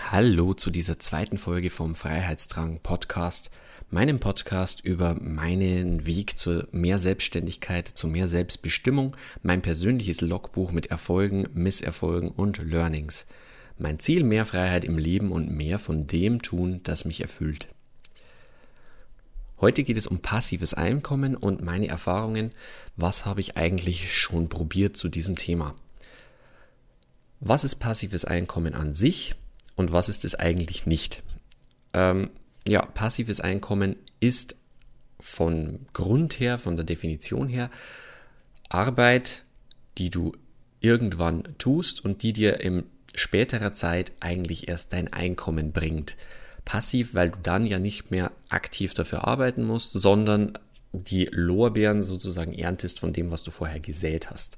Hallo zu dieser zweiten Folge vom Freiheitsdrang Podcast, meinem Podcast über meinen Weg zu mehr Selbstständigkeit, zu mehr Selbstbestimmung, mein persönliches Logbuch mit Erfolgen, Misserfolgen und Learnings. Mein Ziel: mehr Freiheit im Leben und mehr von dem tun, das mich erfüllt. Heute geht es um passives Einkommen und meine Erfahrungen. Was habe ich eigentlich schon probiert zu diesem Thema? Was ist passives Einkommen an sich und was ist es eigentlich nicht? Passives Einkommen ist von Grund her, von der Definition her, Arbeit, die du irgendwann tust und die dir in späterer Zeit eigentlich erst dein Einkommen bringt. Passiv, weil du dann ja nicht mehr aktiv dafür arbeiten musst, sondern die Lorbeeren sozusagen erntest von dem, was du vorher gesät hast.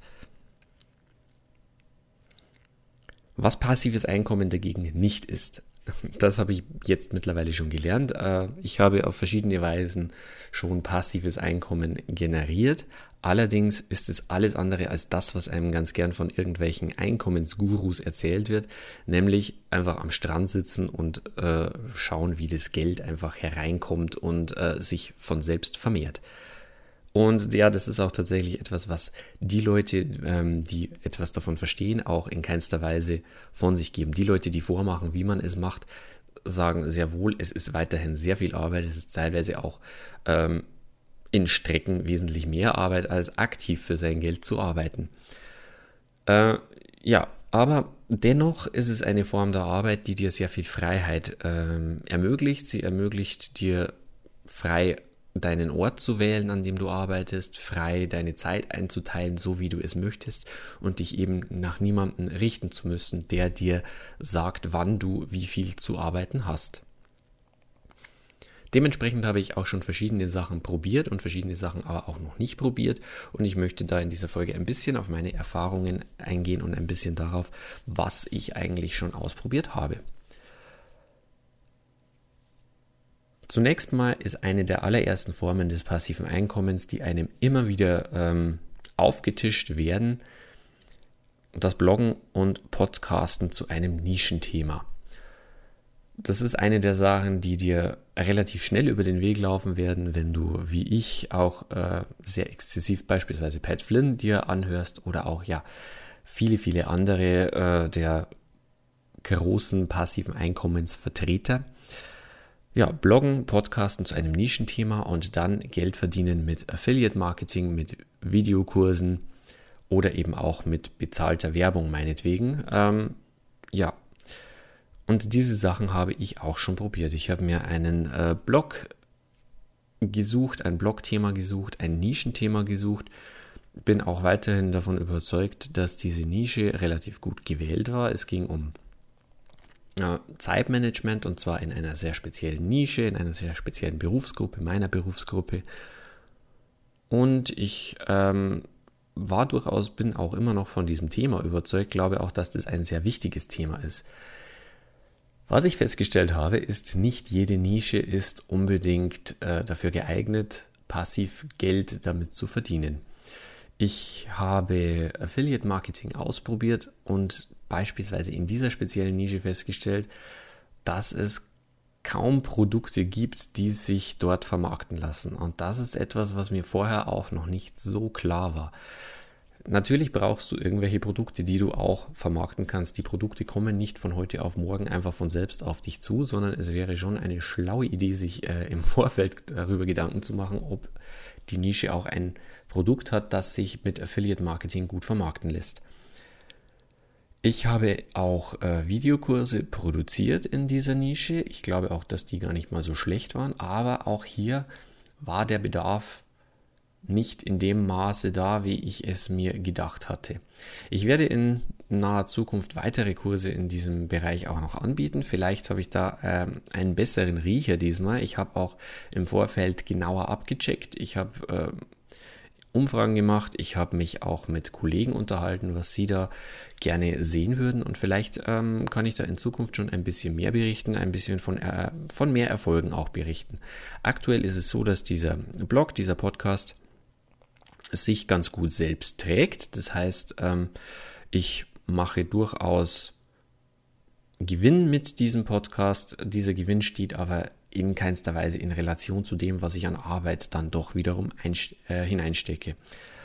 Was passives Einkommen dagegen nicht ist, das habe ich jetzt mittlerweile schon gelernt. Ich habe auf verschiedene Weisen schon passives Einkommen generiert. Allerdings ist es alles andere als das, was einem ganz gern von irgendwelchen Einkommensgurus erzählt wird, nämlich einfach am Strand sitzen und schauen, wie das Geld einfach hereinkommt und sich von selbst vermehrt. Und ja, das ist auch tatsächlich etwas, was die Leute, die etwas davon verstehen, auch in keinster Weise von sich geben. Die Leute, die vormachen, wie man es macht, sagen sehr wohl, es ist weiterhin sehr viel Arbeit. Es ist teilweise auch in Strecken wesentlich mehr Arbeit, als aktiv für sein Geld zu arbeiten. Aber dennoch ist es eine Form der Arbeit, die dir sehr viel Freiheit ermöglicht. Sie ermöglicht dir frei deinen Ort zu wählen, an dem du arbeitest, frei deine Zeit einzuteilen, so wie du es möchtest und dich eben nach niemandem richten zu müssen, der dir sagt, wann du wie viel zu arbeiten hast. Dementsprechend habe ich auch schon verschiedene Sachen probiert und verschiedene Sachen aber auch noch nicht probiert und ich möchte da in dieser Folge ein bisschen auf meine Erfahrungen eingehen und ein bisschen darauf, was ich eigentlich schon ausprobiert habe. Zunächst mal ist eine der allerersten Formen des passiven Einkommens, die einem immer wieder aufgetischt werden, das Bloggen und Podcasten zu einem Nischenthema. Das ist eine der Sachen, die dir relativ schnell über den Weg laufen werden, wenn du, wie ich, auch sehr exzessiv beispielsweise Pat Flynn dir anhörst oder auch viele andere der großen passiven Einkommensvertreter. Ja, Bloggen, Podcasten zu einem Nischenthema und dann Geld verdienen mit Affiliate-Marketing, mit Videokursen oder eben auch mit bezahlter Werbung meinetwegen. Und diese Sachen habe ich auch schon probiert. Ich habe mir einen Blog gesucht, ein Blogthema gesucht, ein Nischenthema gesucht. Bin auch weiterhin davon überzeugt, dass diese Nische relativ gut gewählt war. Es ging um Zeitmanagement und zwar in einer sehr speziellen Nische, in einer sehr speziellen Berufsgruppe, meiner Berufsgruppe. Und ich bin auch immer noch von diesem Thema überzeugt, glaube auch, dass das ein sehr wichtiges Thema ist. Was ich festgestellt habe, ist, nicht jede Nische ist unbedingt dafür geeignet, passiv Geld damit zu verdienen. Ich habe Affiliate Marketing ausprobiert und beispielsweise in dieser speziellen Nische festgestellt, dass es kaum Produkte gibt, die sich dort vermarkten lassen. Und das ist etwas, was mir vorher auch noch nicht so klar war. Natürlich brauchst du irgendwelche Produkte, die du auch vermarkten kannst. Die Produkte kommen nicht von heute auf morgen einfach von selbst auf dich zu, sondern es wäre schon eine schlaue Idee, sich im Vorfeld darüber Gedanken zu machen, ob die Nische auch ein Produkt hat, das sich mit Affiliate Marketing gut vermarkten lässt. Ich habe auch Videokurse produziert in dieser Nische. Ich glaube auch, dass die gar nicht mal so schlecht waren, aber auch hier war der Bedarf nicht in dem Maße da, wie ich es mir gedacht hatte. Ich werde in naher Zukunft weitere Kurse in diesem Bereich auch noch anbieten. Vielleicht habe ich da einen besseren Riecher diesmal. Ich habe auch im Vorfeld genauer abgecheckt. Ich habe Umfragen gemacht. Ich habe mich auch mit Kollegen unterhalten, was sie da gerne sehen würden. Und vielleicht kann ich da in Zukunft schon ein bisschen mehr berichten, ein bisschen von mehr Erfolgen auch berichten. Aktuell ist es so, dass dieser Blog, dieser Podcast sich ganz gut selbst trägt. Das heißt, ich mache durchaus Gewinn mit diesem Podcast. Dieser Gewinn steht aber in keinster Weise in Relation zu dem, was ich an Arbeit dann doch wiederum hineinstecke.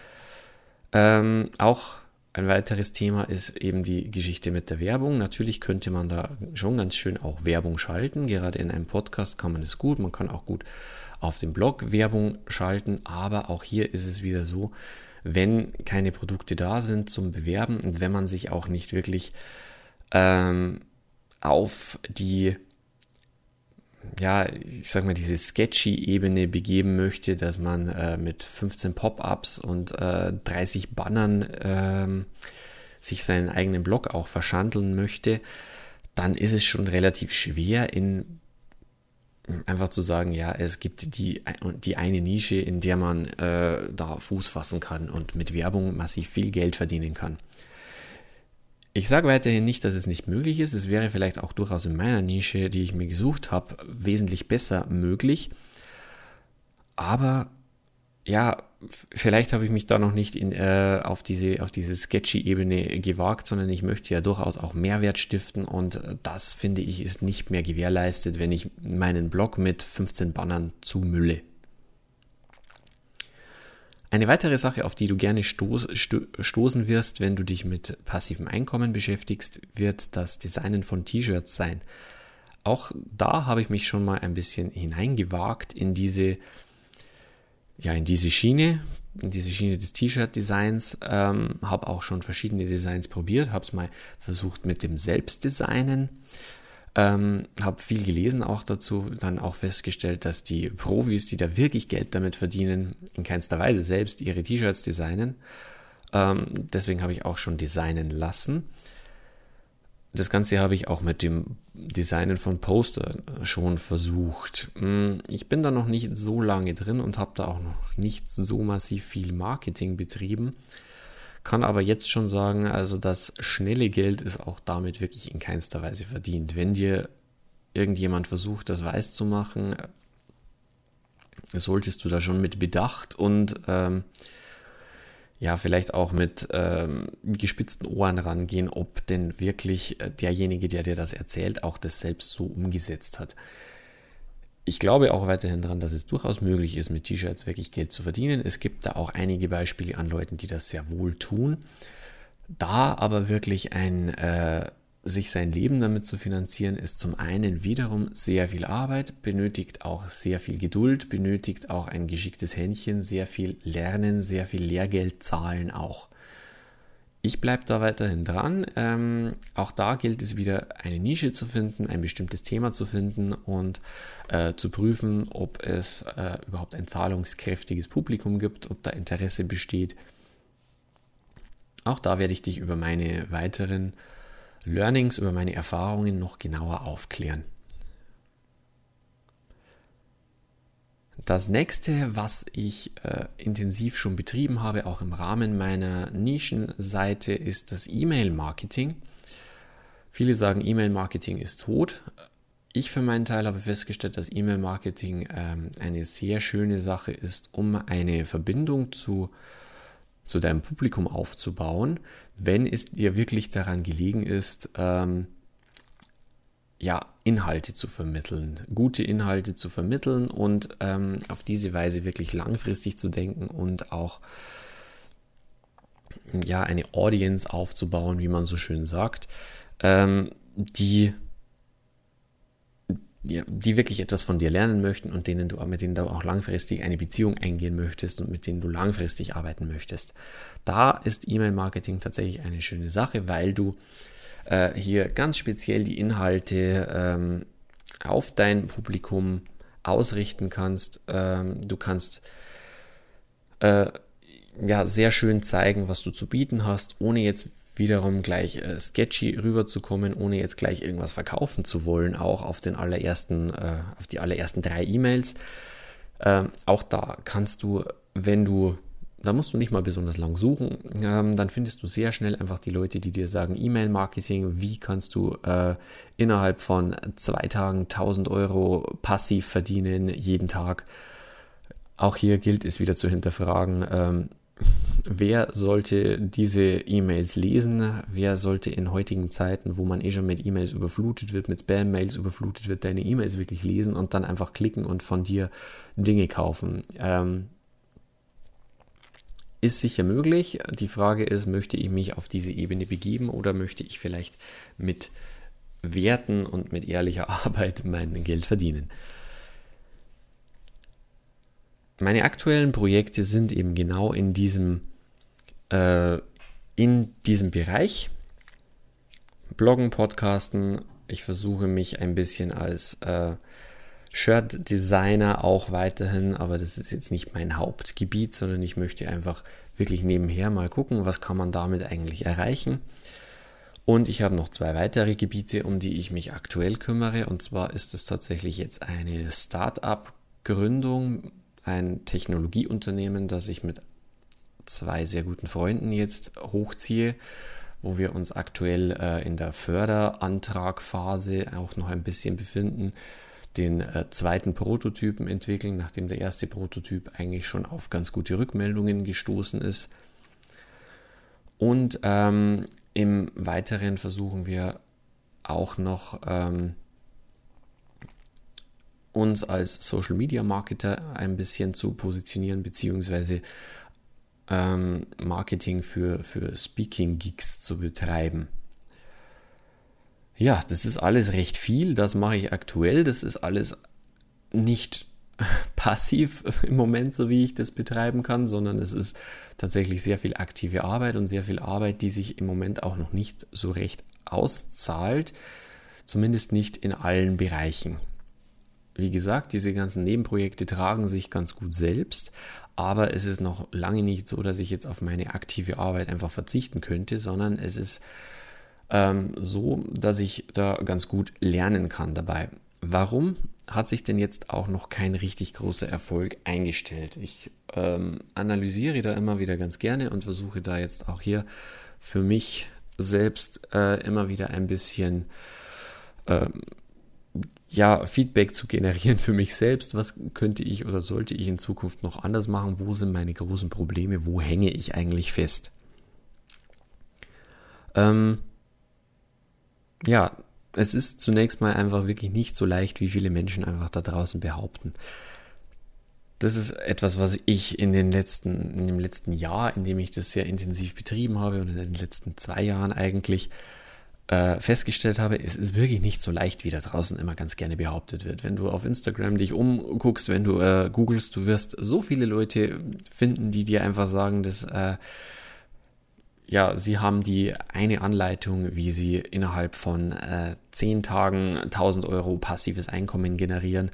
Auch ein weiteres Thema ist eben die Geschichte mit der Werbung. Natürlich könnte man da schon ganz schön auch Werbung schalten. Gerade in einem Podcast kann man das gut. Man kann auch gut auf dem Blog Werbung schalten. Aber auch hier ist es wieder so, wenn keine Produkte da sind zum Bewerben und wenn man sich auch nicht wirklich auf die, ich sag mal, diese sketchy-Ebene begeben möchte, dass man mit 15 Pop-ups und 30 Bannern sich seinen eigenen Blog auch verschandeln möchte, dann ist es schon relativ schwer, einfach zu sagen, ja, es gibt die eine Nische, in der man da Fuß fassen kann und mit Werbung massiv viel Geld verdienen kann. Ich sage weiterhin nicht, dass es nicht möglich ist. Es wäre vielleicht auch durchaus in meiner Nische, die ich mir gesucht habe, wesentlich besser möglich. Aber ja, vielleicht habe ich mich da noch nicht auf diese sketchy-Ebene gewagt, sondern ich möchte ja durchaus auch Mehrwert stiften und das, finde ich, ist nicht mehr gewährleistet, wenn ich meinen Blog mit 15 Bannern zumülle. Eine weitere Sache, auf die du gerne stoßen wirst, wenn du dich mit passivem Einkommen beschäftigst, wird das Designen von T-Shirts sein. Auch da habe ich mich schon mal ein bisschen hineingewagt in diese Schiene des T-Shirt-Designs, habe auch schon verschiedene Designs probiert, habe es mal versucht mit dem Selbstdesignen, habe viel gelesen auch dazu, dann auch festgestellt, dass die Profis, die da wirklich Geld damit verdienen, in keinster Weise selbst ihre T-Shirts designen. Deswegen habe ich auch schon designen lassen. Das Ganze habe ich auch mit dem Designen von Postern schon versucht. Ich bin da noch nicht so lange drin und habe da auch noch nicht so massiv viel Marketing betrieben. Kann aber jetzt schon sagen, also das schnelle Geld ist auch damit wirklich in keinster Weise verdient. Wenn dir irgendjemand versucht, das weiß zu machen, solltest du da schon mit Bedacht und vielleicht auch mit gespitzten Ohren rangehen, ob denn wirklich derjenige, der dir das erzählt, auch das selbst so umgesetzt hat. Ich glaube auch weiterhin daran, dass es durchaus möglich ist, mit T-Shirts wirklich Geld zu verdienen. Es gibt da auch einige Beispiele an Leuten, die das sehr wohl tun. Da aber wirklich sich sein Leben damit zu finanzieren, ist zum einen wiederum sehr viel Arbeit, benötigt auch sehr viel Geduld, benötigt auch ein geschicktes Händchen, sehr viel Lernen, sehr viel Lehrgeld zahlen auch. Ich bleibe da weiterhin dran. Auch da gilt es wieder, eine Nische zu finden, ein bestimmtes Thema zu finden und zu prüfen, ob es überhaupt ein zahlungskräftiges Publikum gibt, ob da Interesse besteht. Auch da werde ich dich über meine weiteren Learnings, über meine Erfahrungen noch genauer aufklären. Das nächste, was ich intensiv schon betrieben habe, auch im Rahmen meiner Nischenseite, ist das E-Mail-Marketing. Viele sagen, E-Mail-Marketing ist tot. Ich für meinen Teil habe festgestellt, dass E-Mail-Marketing eine sehr schöne Sache ist, um eine Verbindung zu deinem Publikum aufzubauen, wenn es dir wirklich daran gelegen ist, Inhalte zu vermitteln, gute Inhalte zu vermitteln und auf diese Weise wirklich langfristig zu denken und auch eine Audience aufzubauen, wie man so schön sagt, die wirklich etwas von dir lernen möchten und mit denen du auch langfristig eine Beziehung eingehen möchtest und mit denen du langfristig arbeiten möchtest. Da ist E-Mail-Marketing tatsächlich eine schöne Sache, weil du hier ganz speziell die Inhalte auf dein Publikum ausrichten kannst. Du kannst sehr schön zeigen, was du zu bieten hast, ohne jetzt wiederum gleich sketchy rüberzukommen, ohne jetzt gleich irgendwas verkaufen zu wollen, auch auf die allerersten 3 E-Mails. Auch da kannst du, da musst du nicht mal besonders lang suchen, dann findest du sehr schnell einfach die Leute, die dir sagen, E-Mail-Marketing, wie kannst du innerhalb von 2 Tagen 1.000 Euro passiv verdienen, jeden Tag. Auch hier gilt es wieder zu hinterfragen, wer sollte diese E-Mails lesen? Wer sollte in heutigen Zeiten, wo man schon mit E-Mails überflutet wird, mit Spam-Mails überflutet wird, deine E-Mails wirklich lesen und dann einfach klicken und von dir Dinge kaufen? Ist sicher möglich. Die Frage ist, möchte ich mich auf diese Ebene begeben oder möchte ich vielleicht mit Werten und mit ehrlicher Arbeit mein Geld verdienen? Meine aktuellen Projekte sind eben genau in diesem Bereich. Bloggen, Podcasten. Ich versuche mich ein bisschen als Shirt-Designer auch weiterhin, aber das ist jetzt nicht mein Hauptgebiet, sondern ich möchte einfach wirklich nebenher mal gucken, was kann man damit eigentlich erreichen. Und ich habe noch 2 weitere Gebiete, um die ich mich aktuell kümmere. Und zwar ist es tatsächlich jetzt eine Start-up-Gründung, ein Technologieunternehmen, das ich mit 2 sehr guten Freunden jetzt hochziehe, wo wir uns aktuell in der Förderantragphase auch noch ein bisschen befinden, den zweiten Prototypen entwickeln, nachdem der erste Prototyp eigentlich schon auf ganz gute Rückmeldungen gestoßen ist. Und im Weiteren versuchen wir auch noch uns als Social Media Marketer ein bisschen zu positionieren, beziehungsweise Marketing für Speaking Gigs zu betreiben. Ja, das ist alles recht viel, das mache ich aktuell, das ist alles nicht passiv im Moment, so wie ich das betreiben kann, sondern es ist tatsächlich sehr viel aktive Arbeit und sehr viel Arbeit, die sich im Moment auch noch nicht so recht auszahlt, zumindest nicht in allen Bereichen. Wie gesagt, diese ganzen Nebenprojekte tragen sich ganz gut selbst, aber es ist noch lange nicht so, dass ich jetzt auf meine aktive Arbeit einfach verzichten könnte, sondern es ist so, dass ich da ganz gut lernen kann dabei. Warum hat sich denn jetzt auch noch kein richtig großer Erfolg eingestellt? Ich analysiere da immer wieder ganz gerne und versuche da jetzt auch hier für mich selbst immer wieder ein bisschen Feedback zu generieren für mich selbst. Was könnte ich oder sollte ich in Zukunft noch anders machen? Wo sind meine großen Probleme? Wo hänge ich eigentlich fest? Es ist zunächst mal einfach wirklich nicht so leicht, wie viele Menschen einfach da draußen behaupten. Das ist etwas, was ich in dem letzten Jahr, in dem ich das sehr intensiv betrieben habe und in den letzten 2 Jahren eigentlich festgestellt habe, es ist wirklich nicht so leicht, wie da draußen immer ganz gerne behauptet wird. Wenn du auf Instagram dich umguckst, wenn du googelst, du wirst so viele Leute finden, die dir einfach sagen, dass sie haben die eine Anleitung, wie sie innerhalb von 10 Tagen 1.000 Euro passives Einkommen generieren.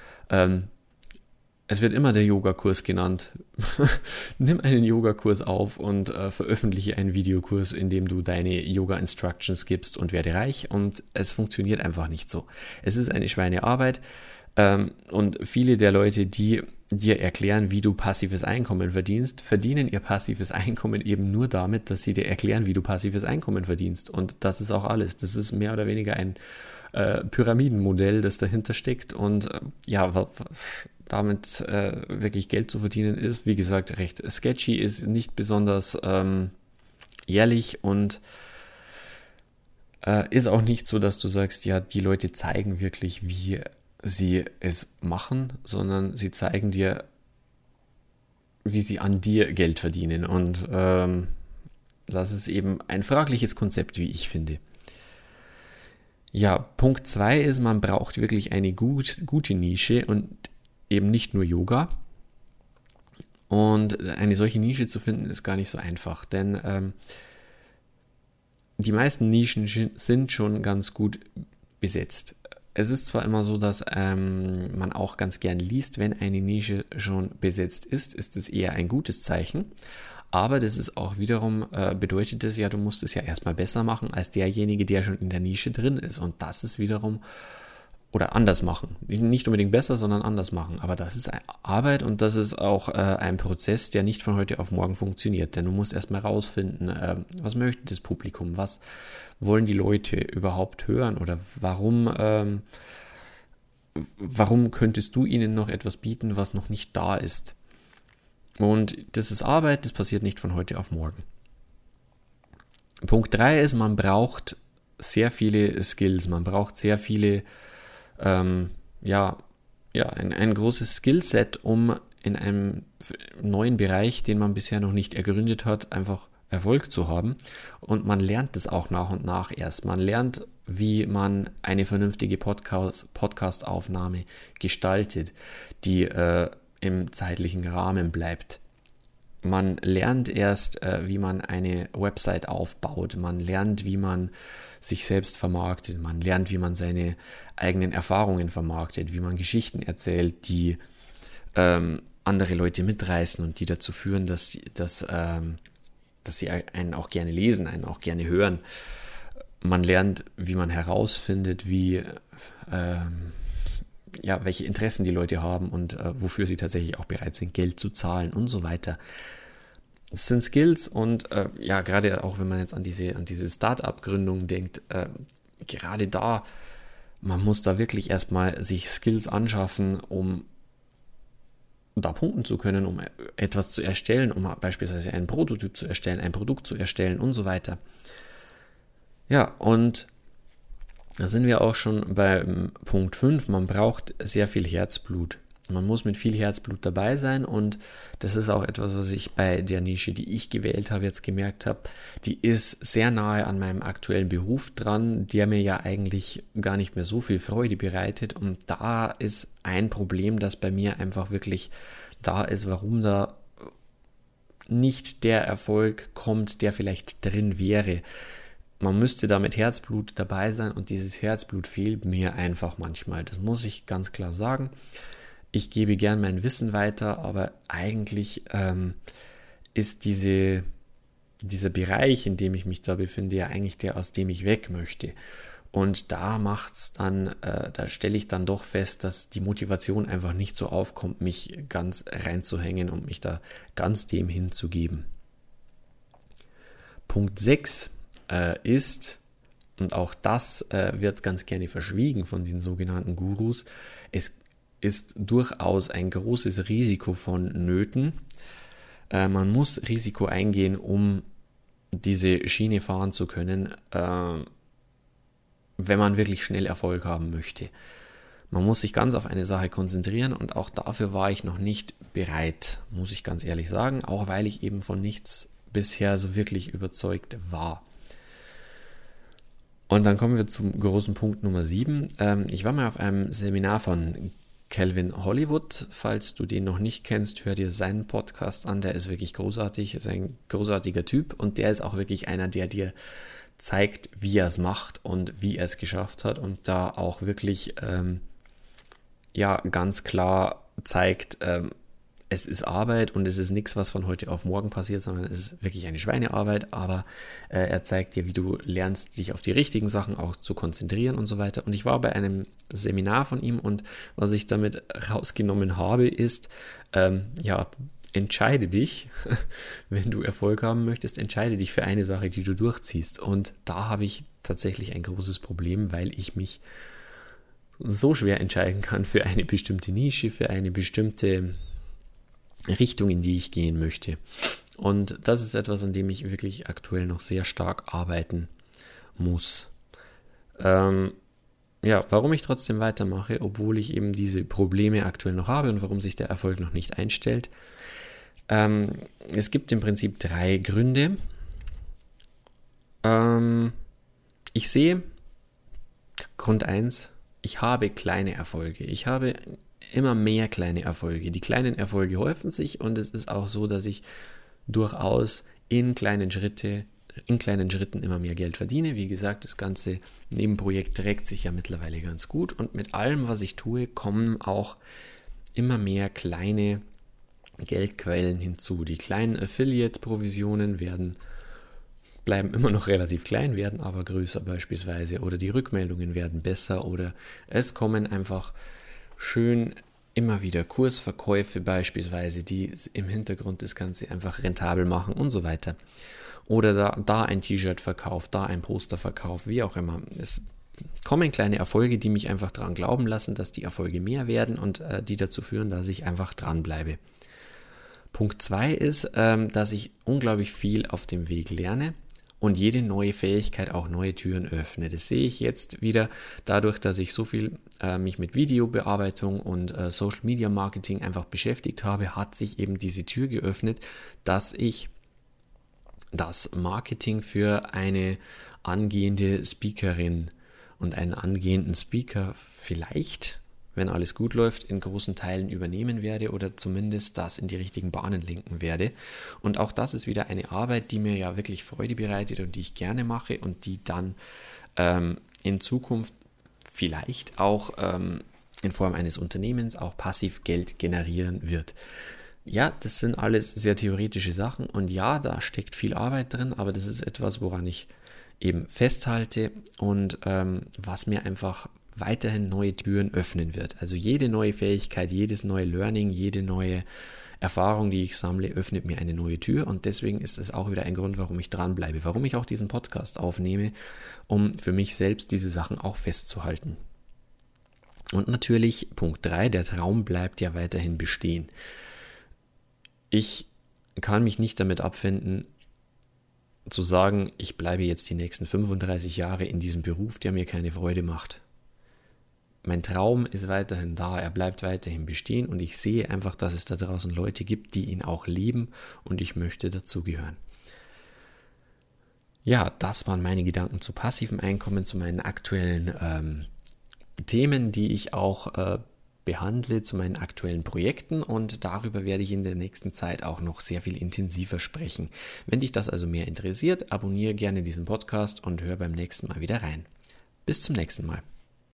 Es wird immer der Yogakurs genannt. Nimm einen Yogakurs auf und veröffentliche einen Videokurs, in dem du deine Yoga-Instructions gibst und werde reich. Und es funktioniert einfach nicht so. Es ist eine Schweinearbeit. Und viele der Leute, die dir erklären, wie du passives Einkommen verdienst, verdienen ihr passives Einkommen eben nur damit, dass sie dir erklären, wie du passives Einkommen verdienst. Und das ist auch alles. Das ist mehr oder weniger ein Pyramidenmodell, das dahinter steckt. Und damit wirklich Geld zu verdienen ist, wie gesagt, recht sketchy, ist nicht besonders ehrlich und ist auch nicht so, dass du sagst, ja, die Leute zeigen wirklich, wie sie es machen, sondern sie zeigen dir, wie sie an dir Geld verdienen. Und das ist eben ein fragliches Konzept, wie ich finde. Ja, Punkt 2 ist, man braucht wirklich eine gute Nische und eben nicht nur Yoga. Und eine solche Nische zu finden, ist gar nicht so einfach, denn die meisten Nischen sind schon ganz gut besetzt. Es ist zwar immer so, dass man auch ganz gern liest, wenn eine Nische schon besetzt ist es eher ein gutes Zeichen. Aber das ist auch wiederum, bedeutet das ja, du musst es ja erstmal besser machen als derjenige, der schon in der Nische drin ist. Und das ist wiederum, oder anders machen. Nicht unbedingt besser, sondern anders machen. Aber das ist Arbeit und das ist auch ein Prozess, der nicht von heute auf morgen funktioniert. Denn du musst erstmal rausfinden, was möchte das Publikum, was wollen die Leute überhaupt hören oder warum könntest du ihnen noch etwas bieten, was noch nicht da ist. Und das ist Arbeit, das passiert nicht von heute auf morgen. Punkt 3 ist, man braucht sehr viele Skills, man braucht sehr viele, ein großes Skillset, um in einem neuen Bereich, den man bisher noch nicht ergründet hat, einfach Erfolg zu haben. Und man lernt das auch nach und nach erst. Man lernt, wie man eine vernünftige Podcast-Aufnahme gestaltet, die im zeitlichen Rahmen bleibt. Man lernt erst, wie man eine Website aufbaut. Man lernt, wie man sich selbst vermarktet. Man lernt, wie man seine eigenen Erfahrungen vermarktet, wie man Geschichten erzählt, die andere Leute mitreißen und die dazu führen, dass sie einen auch gerne lesen, einen auch gerne hören. Man lernt, wie man herausfindet, welche Interessen die Leute haben und wofür sie tatsächlich auch bereit sind, Geld zu zahlen und so weiter. Das sind Skills und gerade auch wenn man jetzt an diese Start-up-Gründung denkt, gerade da, man muss da wirklich erstmal sich Skills anschaffen, um da punkten zu können, um etwas zu erstellen, um beispielsweise einen Prototyp zu erstellen, ein Produkt zu erstellen und so weiter. Ja, und da sind wir auch schon beim Punkt 5. Man braucht sehr viel Herzblut. Man muss mit viel Herzblut dabei sein und das ist auch etwas, was ich bei der Nische, die ich gewählt habe, jetzt gemerkt habe, die ist sehr nahe an meinem aktuellen Beruf dran, der mir ja eigentlich gar nicht mehr so viel Freude bereitet und da ist ein Problem, das bei mir einfach wirklich da ist, warum da nicht der Erfolg kommt, der vielleicht drin wäre. Man müsste da mit Herzblut dabei sein und dieses Herzblut fehlt mir einfach manchmal. Das muss ich ganz klar sagen. Ich gebe gern mein Wissen weiter, aber eigentlich ist dieser Bereich, in dem ich mich da befinde, ja eigentlich der, aus dem ich weg möchte. Und da da stelle ich dann doch fest, dass die Motivation einfach nicht so aufkommt, mich ganz reinzuhängen und mich da ganz dem hinzugeben. Punkt 6 ist, und auch das wird ganz gerne verschwiegen von den sogenannten Gurus, es ist durchaus ein großes Risiko vonnöten. Man muss Risiko eingehen, um diese Schiene fahren zu können, wenn man wirklich schnell Erfolg haben möchte. Man muss sich ganz auf eine Sache konzentrieren und auch dafür war ich noch nicht bereit, muss ich ganz ehrlich sagen, auch weil ich eben von nichts bisher so wirklich überzeugt war. Und dann kommen wir zum großen Punkt Nummer 7. Ich war mal auf einem Seminar von Calvin Hollywood. Falls du den noch nicht kennst, hör dir seinen Podcast an. Der ist wirklich großartig, ist ein großartiger Typ und der ist auch wirklich einer, der dir zeigt, wie er es macht und wie er es geschafft hat und da auch wirklich ganz klar zeigt, es ist Arbeit und es ist nichts, was von heute auf morgen passiert, sondern es ist wirklich eine Schweinearbeit, aber er zeigt dir, wie du lernst, dich auf die richtigen Sachen auch zu konzentrieren und so weiter. Und ich war bei einem Seminar von ihm und was ich damit rausgenommen habe, ist, entscheide dich, wenn du Erfolg haben möchtest, entscheide dich für eine Sache, die du durchziehst. Und da habe ich tatsächlich ein großes Problem, weil ich mich so schwer entscheiden kann für eine bestimmte Nische, für eine bestimmte Richtung, in die ich gehen möchte. Und das ist etwas, an dem ich wirklich aktuell noch sehr stark arbeiten muss. Warum ich trotzdem weitermache, obwohl ich eben diese Probleme aktuell noch habe und warum sich der Erfolg noch nicht einstellt. Es gibt im Prinzip 3 Gründe. Ich sehe, Grund 1, ich habe kleine Erfolge. Ich habe immer mehr kleine Erfolge. Die kleinen Erfolge häufen sich und es ist auch so, dass ich durchaus in kleinen Schritten immer mehr Geld verdiene. Wie gesagt, das ganze Nebenprojekt trägt sich ja mittlerweile ganz gut und mit allem, was ich tue, kommen auch immer mehr kleine Geldquellen hinzu. Die kleinen Affiliate-Provisionen bleiben immer noch relativ klein, werden aber größer beispielsweise oder die Rückmeldungen werden besser oder es kommen einfach schön immer wieder Kursverkäufe beispielsweise, die im Hintergrund das Ganze einfach rentabel machen und so weiter. Oder da ein T-Shirt-Verkauf, da ein Posterverkauf, wie auch immer. Es kommen kleine Erfolge, die mich einfach daran glauben lassen, dass die Erfolge mehr werden und die dazu führen, dass ich einfach dranbleibe. Punkt 2 ist, dass ich unglaublich viel auf dem Weg lerne und jede neue Fähigkeit auch neue Türen öffnet. Das sehe ich jetzt wieder dadurch, dass ich so viel mich mit Videobearbeitung und Social Media Marketing einfach beschäftigt habe, hat sich eben diese Tür geöffnet, dass ich das Marketing für eine angehende Speakerin und einen angehenden Speaker vielleicht, wenn alles gut läuft, in großen Teilen übernehmen werde oder zumindest das in die richtigen Bahnen lenken werde. Und auch das ist wieder eine Arbeit, die mir ja wirklich Freude bereitet und die ich gerne mache und die dann in Zukunft vielleicht auch in Form eines Unternehmens auch passiv Geld generieren wird. Ja, das sind alles sehr theoretische Sachen und ja, da steckt viel Arbeit drin, aber das ist etwas, woran ich eben festhalte und was mir einfach weiterhin neue Türen öffnen wird. Also jede neue Fähigkeit, jedes neue Learning, jede neue Erfahrung, die ich sammle, öffnet mir eine neue Tür und deswegen ist es auch wieder ein Grund, warum ich dranbleibe, warum ich auch diesen Podcast aufnehme, um für mich selbst diese Sachen auch festzuhalten. Und natürlich Punkt 3, der Traum bleibt ja weiterhin bestehen. Ich kann mich nicht damit abfinden, zu sagen, ich bleibe jetzt die nächsten 35 Jahre in diesem Beruf, der mir keine Freude macht. Mein Traum ist weiterhin da, er bleibt weiterhin bestehen und ich sehe einfach, dass es da draußen Leute gibt, die ihn auch leben und ich möchte dazugehören. Ja, das waren meine Gedanken zu passivem Einkommen, zu meinen aktuellen Themen, die ich auch behandle, zu meinen aktuellen Projekten und darüber werde ich in der nächsten Zeit auch noch sehr viel intensiver sprechen. Wenn dich das also mehr interessiert, abonniere gerne diesen Podcast und hör beim nächsten Mal wieder rein. Bis zum nächsten Mal.